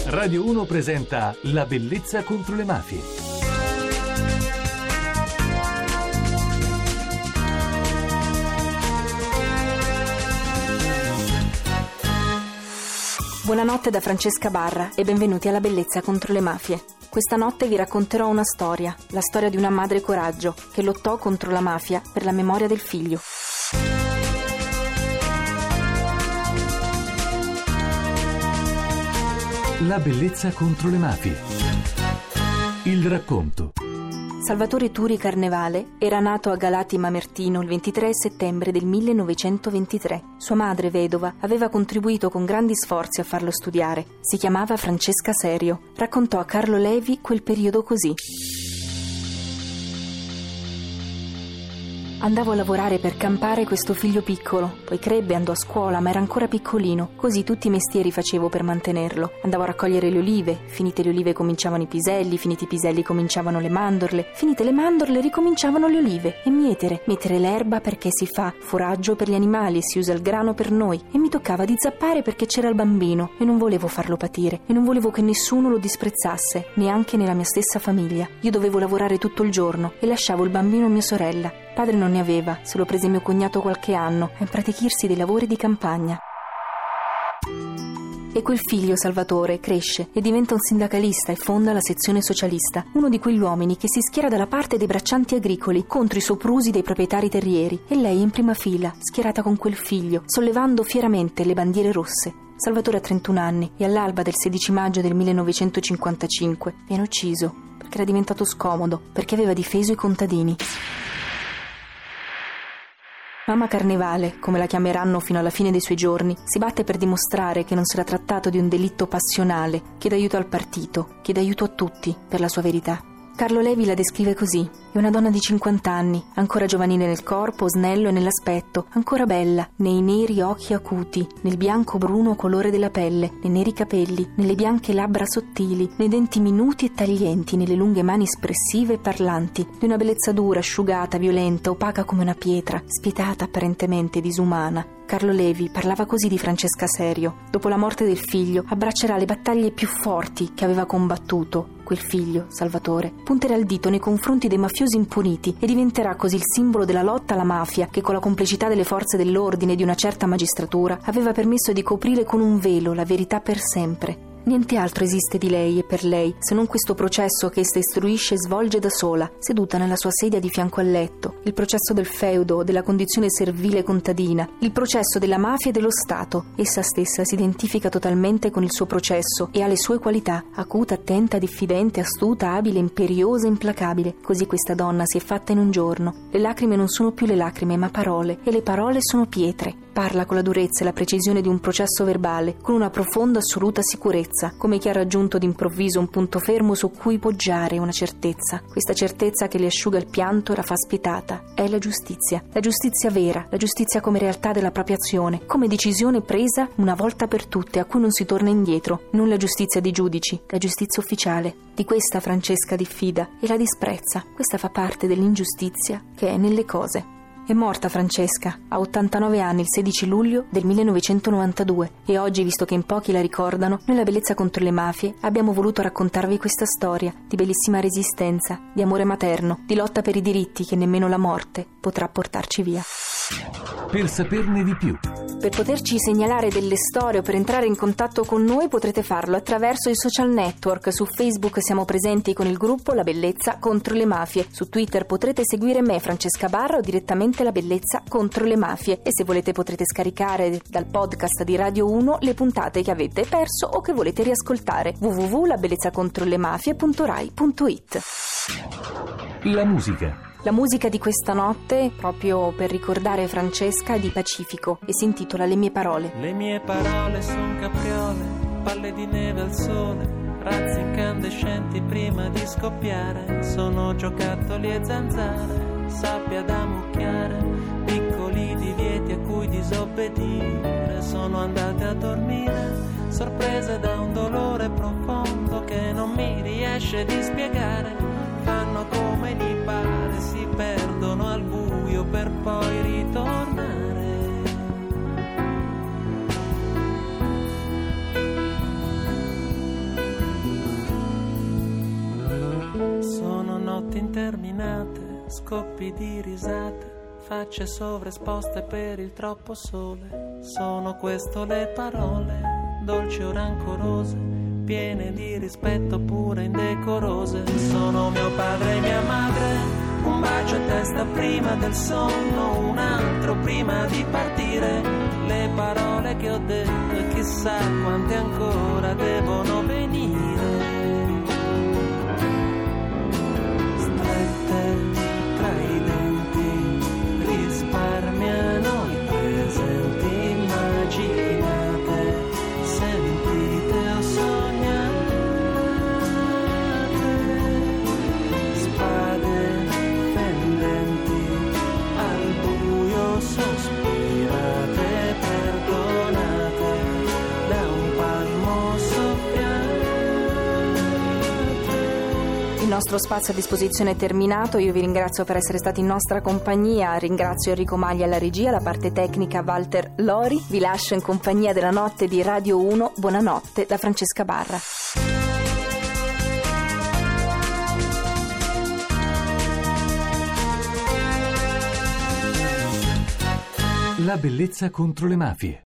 Radio 1 presenta La bellezza contro le mafie. Buonanotte da Francesca Barra e benvenuti alla Bellezza contro le mafie. Questa notte vi racconterò una storia, la storia di una madre coraggio che lottò contro la mafia per la memoria del figlio. La bellezza contro le mafie. Il racconto. Salvatore Turi Carnevale era nato a Galati Mamertino il 23 settembre del 1923. Sua madre, vedova, aveva contribuito con grandi sforzi a farlo studiare. Si chiamava Francesca Serio. Raccontò a Carlo Levi quel periodo così. Andavo a lavorare per campare questo figlio piccolo, poi crebbe, andò a scuola, ma era ancora piccolino, così tutti i mestieri facevo per mantenerlo. Andavo a raccogliere le olive, finite le olive cominciavano i piselli, finiti i piselli cominciavano le mandorle, finite le mandorle ricominciavano le olive, e mettere l'erba perché si fa foraggio per gli animali e si usa il grano per noi, e mi toccava di zappare perché c'era il bambino, e non volevo farlo patire, e non volevo che nessuno lo disprezzasse, neanche nella mia stessa famiglia. Io dovevo lavorare tutto il giorno e lasciavo il bambino a mia sorella. Padre non ne aveva, se lo prese mio cognato qualche anno a impratichirsi dei lavori di campagna. E quel figlio, Salvatore, cresce e diventa un sindacalista e fonda la sezione socialista, uno di quegli uomini che si schiera dalla parte dei braccianti agricoli contro i soprusi dei proprietari terrieri, e lei in prima fila, schierata con quel figlio, sollevando fieramente le bandiere rosse. Salvatore ha 31 anni e all'alba del 16 maggio del 1955 viene ucciso perché era diventato scomodo, perché aveva difeso i contadini. Mamma Carnevale, come la chiameranno fino alla fine dei suoi giorni, si batte per dimostrare che non si era trattato di un delitto passionale, chiede aiuto al partito, chiede aiuto a tutti per la sua verità. Carlo Levi la descrive così: è una donna di 50 anni, ancora giovanile nel corpo, snello e nell'aspetto, ancora bella, nei neri occhi acuti, nel bianco bruno colore della pelle, nei neri capelli, nelle bianche labbra sottili, nei denti minuti e taglienti, nelle lunghe mani espressive e parlanti, di una bellezza dura, asciugata, violenta, opaca come una pietra, spietata, apparentemente disumana. Carlo Levi parlava così di Francesca Serio. Dopo la morte del figlio abbraccerà le battaglie più forti che aveva combattuto. Quel figlio, Salvatore, punterà il dito nei confronti dei mafiosi impuniti e diventerà così il simbolo della lotta alla mafia che, con la complicità delle forze dell'ordine e di una certa magistratura, aveva permesso di coprire con un velo la verità per sempre. Niente altro esiste di lei e per lei, se non questo processo che essa istruisce e svolge da sola, seduta nella sua sedia di fianco al letto. Il processo del feudo, della condizione servile contadina, il processo della mafia e dello Stato. Essa stessa si identifica totalmente con il suo processo e ha le sue qualità: acuta, attenta, diffidente, astuta, abile, imperiosa, implacabile. Così questa donna si è fatta in un giorno. Le lacrime non sono più le lacrime, ma parole, e le parole sono pietre. Parla con la durezza e la precisione di un processo verbale, con una profonda assoluta sicurezza, come chi ha raggiunto d'improvviso un punto fermo su cui poggiare una certezza. Questa certezza che le asciuga il pianto e la fa spietata. È la giustizia vera, la giustizia come realtà della propria azione, come decisione presa una volta per tutte, a cui non si torna indietro. Non la giustizia dei giudici, la giustizia ufficiale. Di questa Francesca diffida e la disprezza. Questa fa parte dell'ingiustizia che è nelle cose. È morta Francesca, a 89 anni, il 16 luglio del 1992, e oggi, visto che in pochi la ricordano, noi La Bellezza contro le mafie abbiamo voluto raccontarvi questa storia di bellissima resistenza, di amore materno, di lotta per i diritti che nemmeno la morte potrà portarci via. Per saperne di più, per poterci segnalare delle storie o per entrare in contatto con noi potrete farlo attraverso i social network. Su Facebook siamo presenti con il gruppo La Bellezza contro le mafie. Su Twitter potrete seguire me, Francesca Barra, o direttamente La Bellezza contro le mafie. E se volete potrete scaricare dal podcast di Radio 1 le puntate che avete perso o che volete riascoltare. www.labellezzacontrolemafie.rai.it. La musica. La musica di questa notte, proprio per ricordare Francesca, è di Pacifico e si intitola Le mie parole. Le mie parole son capriole, palle di neve al sole, razzi incandescenti prima di scoppiare. Sono giocattoli e zanzare, sabbia da mucchiare, piccoli divieti a cui disobbedire. Sono andate a dormire, sorprese da un dolore profondo che non mi riesce di spiegare. Fanno come gli pare, si perdono al buio per poi ritornare. interminate, scoppi di risate, facce sovraesposte per il troppo sole. Sono questo le parole, dolci o rancorose, piene di rispetto pure indecorose. Sono mio padre e mia madre, un bacio a testa prima del sonno, un altro prima di partire. Le parole che ho detto e chissà quante ancora devono venire. Strette tra i denti, risparmiano i presenti, immaginate, sentite o sognate, spade fendenti, al buio sospirate, perdonate, da un palmo soffiate. Il nostro spazio a disposizione è terminato, io vi ringrazio per essere stati in nostra compagnia, ringrazio Enrico Maglia alla regia, la parte tecnica Walter Lori, vi lascio in compagnia della notte di Radio 1, buonanotte da Francesca Barra. La bellezza contro le mafie.